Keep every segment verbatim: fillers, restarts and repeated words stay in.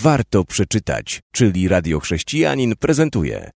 warto przeczytać, czyli Radio Chrześcijanin prezentuje.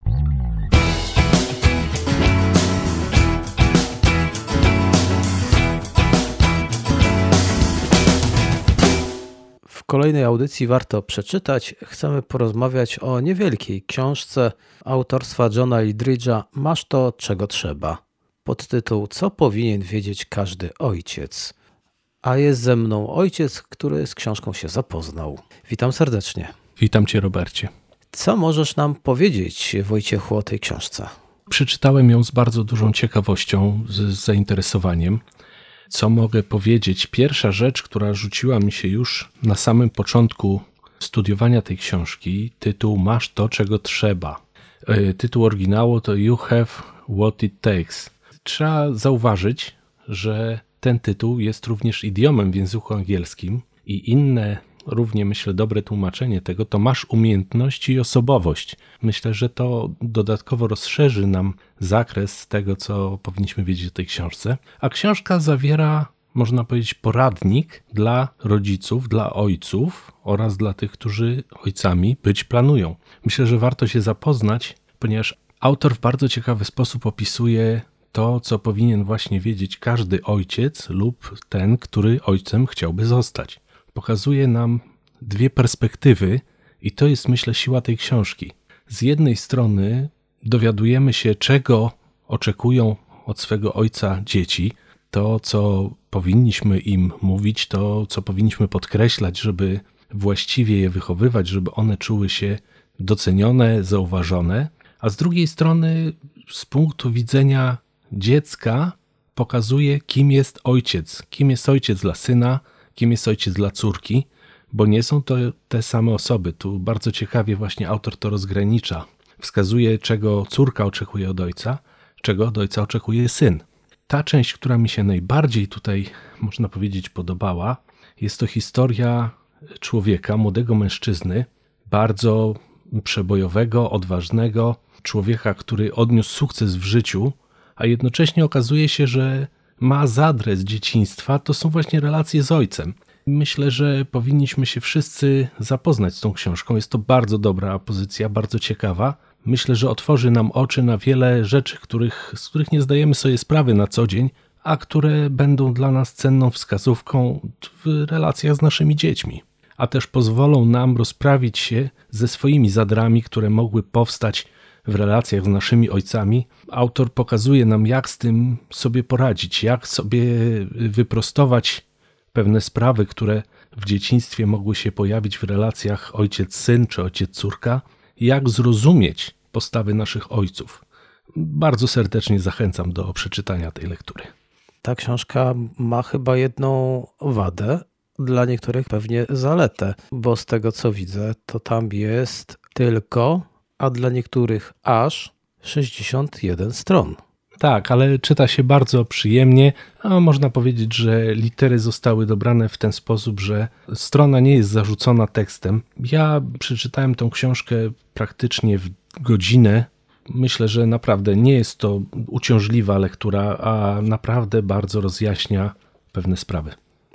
W kolejnej audycji Warto przeczytać chcemy porozmawiać o niewielkiej książce autorstwa Johna Eldridge'a Masz to, czego trzeba. Podtytuł Co powinien wiedzieć każdy ojciec. A jest ze mną ojciec, który z książką się zapoznał. Witam serdecznie. Witam Cię, Robercie. Co możesz nam powiedzieć, Wojciechu, o tej książce? Przeczytałem ją z bardzo dużą ciekawością, z, z zainteresowaniem. Co mogę powiedzieć? Pierwsza rzecz, która rzuciła mi się już na samym początku studiowania tej książki, tytuł Masz to, czego trzeba. Tytuł oryginału to You Have What It Takes. Trzeba zauważyć, że ten tytuł jest również idiomem w języku angielskim i inne, równie myślę, dobre tłumaczenie tego to masz umiejętności i osobowość. Myślę, że to dodatkowo rozszerzy nam zakres tego, co powinniśmy wiedzieć o tej książce. A książka zawiera, można powiedzieć, poradnik dla rodziców, dla ojców oraz dla tych, którzy ojcami być planują. Myślę, że warto się zapoznać, ponieważ autor w bardzo ciekawy sposób opisuje to, co powinien właśnie wiedzieć każdy ojciec lub ten, który ojcem chciałby zostać. Pokazuje nam dwie perspektywy i to jest, myślę, siła tej książki. Z jednej strony dowiadujemy się, czego oczekują od swego ojca dzieci, to, co powinniśmy im mówić, to, co powinniśmy podkreślać, żeby właściwie je wychowywać, żeby one czuły się docenione, zauważone, a z drugiej strony z punktu widzenia dziecka pokazuje, kim jest ojciec, kim jest ojciec dla syna, kim jest ojciec dla córki, bo nie są to te same osoby. Tu bardzo ciekawie właśnie autor to rozgranicza. Wskazuje, czego córka oczekuje od ojca, czego od ojca oczekuje syn. Ta część, która mi się najbardziej tutaj, można powiedzieć, podobała, jest to historia człowieka, młodego mężczyzny, bardzo przebojowego, odważnego, człowieka, który odniósł sukces w życiu, a jednocześnie okazuje się, że ma zadrę z dzieciństwa, to są właśnie relacje z ojcem. Myślę, że powinniśmy się wszyscy zapoznać z tą książką. Jest to bardzo dobra pozycja, bardzo ciekawa. Myślę, że otworzy nam oczy na wiele rzeczy, których, z których nie zdajemy sobie sprawy na co dzień, a które będą dla nas cenną wskazówką w relacjach z naszymi dziećmi. A też pozwolą nam rozprawić się ze swoimi zadrami, które mogły powstać w relacjach z naszymi ojcami. Autor pokazuje nam, jak z tym sobie poradzić, jak sobie wyprostować pewne sprawy, które w dzieciństwie mogły się pojawić w relacjach ojciec-syn czy ojciec-córka, jak zrozumieć postawy naszych ojców. Bardzo serdecznie zachęcam do przeczytania tej lektury. Ta książka ma chyba jedną wadę, dla niektórych pewnie zaletę, bo z tego co widzę, to tam jest tylko, a dla niektórych aż sześćdziesiąt jeden stron. Tak, ale czyta się bardzo przyjemnie, a można powiedzieć, że litery zostały dobrane w ten sposób, że strona nie jest zarzucona tekstem. Ja przeczytałem tą książkę praktycznie w godzinę. Myślę, że naprawdę nie jest to uciążliwa lektura, a naprawdę bardzo rozjaśnia pewne sprawy.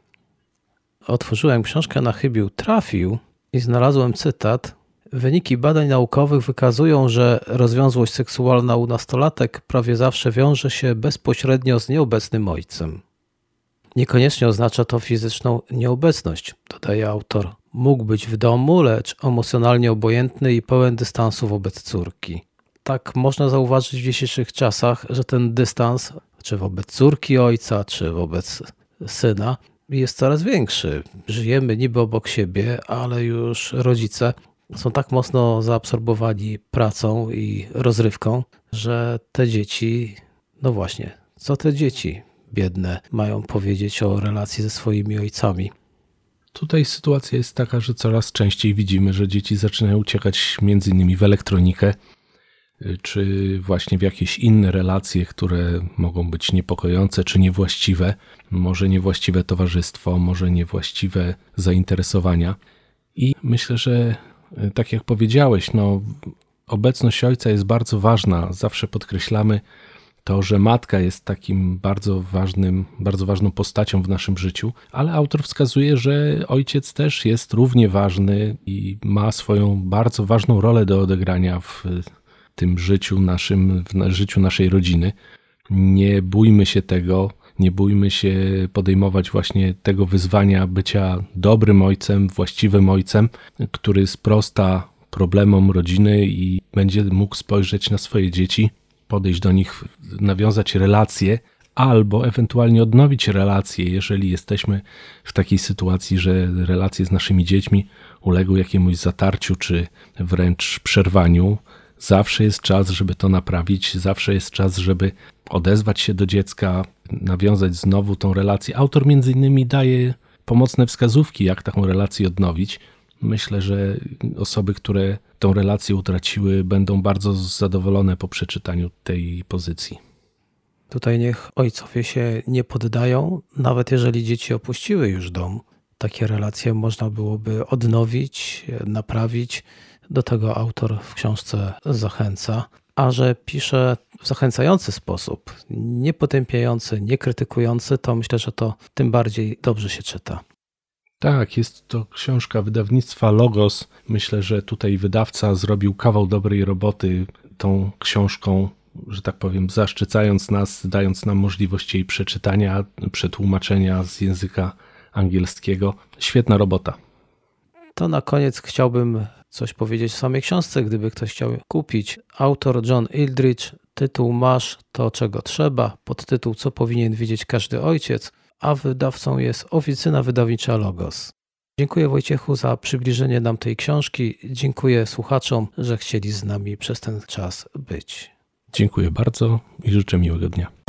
Otworzyłem książkę na chybił trafił i znalazłem cytat. Wyniki badań naukowych wykazują, że rozwiązłość seksualna u nastolatek prawie zawsze wiąże się bezpośrednio z nieobecnym ojcem. Niekoniecznie oznacza to fizyczną nieobecność, dodaje autor. Mógł być w domu, lecz emocjonalnie obojętny i pełen dystansu wobec córki. Tak można zauważyć w dzisiejszych czasach, że ten dystans, czy wobec córki ojca, czy wobec syna, jest coraz większy. Żyjemy niby obok siebie, ale już rodzice są tak mocno zaabsorbowani pracą i rozrywką, że te dzieci, no właśnie, co te dzieci biedne mają powiedzieć o relacji ze swoimi ojcami? Tutaj sytuacja jest taka, że coraz częściej widzimy, że dzieci zaczynają uciekać między innymi w elektronikę, czy właśnie w jakieś inne relacje, które mogą być niepokojące czy niewłaściwe, może niewłaściwe towarzystwo, może niewłaściwe zainteresowania. I myślę, że tak jak powiedziałeś, no, obecność ojca jest bardzo ważna. Zawsze podkreślamy to, że matka jest takim bardzo ważnym, bardzo ważną postacią w naszym życiu, ale autor wskazuje, że ojciec też jest równie ważny i ma swoją bardzo ważną rolę do odegrania w tym życiu naszym, w życiu naszej rodziny. Nie bójmy się tego, nie bójmy się podejmować właśnie tego wyzwania bycia dobrym ojcem, właściwym ojcem, który sprosta problemom rodziny i będzie mógł spojrzeć na swoje dzieci, podejść do nich, nawiązać relacje albo ewentualnie odnowić relacje, jeżeli jesteśmy w takiej sytuacji, że relacje z naszymi dziećmi uległy jakiemuś zatarciu czy wręcz przerwaniu. Zawsze jest czas, żeby to naprawić, zawsze jest czas, żeby odezwać się do dziecka, nawiązać znowu tą relację. Autor między innymi daje pomocne wskazówki, jak taką relację odnowić. Myślę, że osoby, które tą relację utraciły, będą bardzo zadowolone po przeczytaniu tej pozycji. Tutaj niech ojcowie się nie poddają, nawet jeżeli dzieci opuściły już dom. Takie relacje można byłoby odnowić, naprawić. Do tego autor w książce zachęca, a że pisze w zachęcający sposób, nie potępiający, nie krytykujący, to myślę, że to tym bardziej dobrze się czyta. Tak, jest to książka wydawnictwa Logos. Myślę, że tutaj wydawca zrobił kawał dobrej roboty tą książką, że tak powiem, zaszczycając nas, dając nam możliwość jej przeczytania, przetłumaczenia z języka angielskiego. Świetna robota. To na koniec chciałbym coś powiedzieć w samej książce, gdyby ktoś chciał kupić. Autor John Eldridge, tytuł Masz to, czego trzeba, podtytuł Co powinien wiedzieć każdy ojciec, a wydawcą jest Oficyna Wydawnicza Logos. Dziękuję Wojciechu za przybliżenie nam tej książki. Dziękuję słuchaczom, że chcieli z nami przez ten czas być. Dziękuję bardzo i życzę miłego dnia.